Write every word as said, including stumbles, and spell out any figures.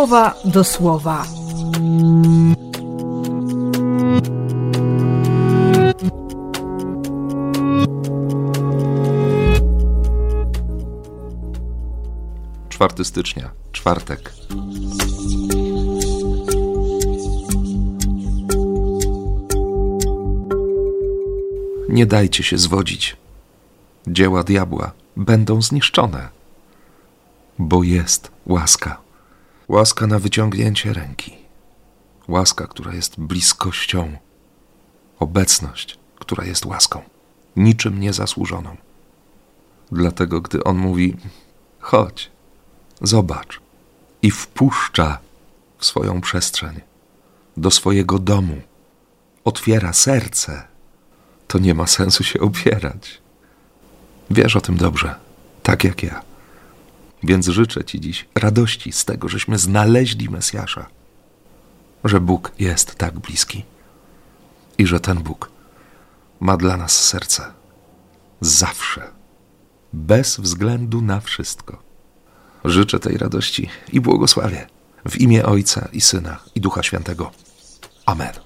słowa do słowa. czwartego stycznia, czwartek. Nie dajcie się zwodzić. Dzieła diabła będą zniszczone, bo jest łaska. Łaska na wyciągnięcie ręki. Łaska, która jest bliskością. Obecność, która jest łaską, niczym niezasłużoną. Dlatego, gdy On mówi: chodź, zobacz, i wpuszcza w swoją przestrzeń, do swojego domu, otwiera serce, to nie ma sensu się opierać. Wiesz o tym dobrze, tak jak ja. Więc życzę Ci dziś radości z tego, żeśmy znaleźli Mesjasza, że Bóg jest tak bliski i że ten Bóg ma dla nas serce zawsze, bez względu na wszystko. Życzę tej radości i błogosławię w imię Ojca i Syna i Ducha Świętego. Amen.